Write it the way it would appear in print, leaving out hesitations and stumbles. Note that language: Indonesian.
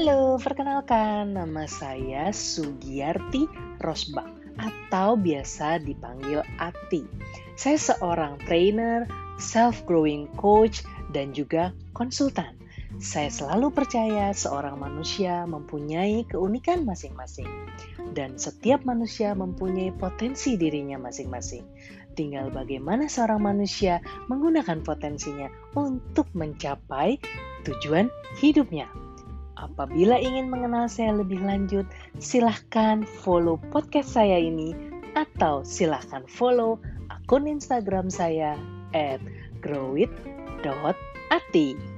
Halo, perkenalkan nama saya Sugiyarti Rosbach atau biasa dipanggil Ati. Saya seorang trainer, self-growing coach, dan juga konsultan. Saya selalu percaya seorang manusia mempunyai keunikan masing-masing dan setiap manusia mempunyai potensi dirinya masing-masing. Tinggal bagaimana seorang manusia menggunakan potensinya untuk mencapai tujuan hidupnya. Apabila ingin mengenal saya lebih lanjut, silahkan follow podcast saya ini atau silahkan follow akun Instagram saya @growit.ati.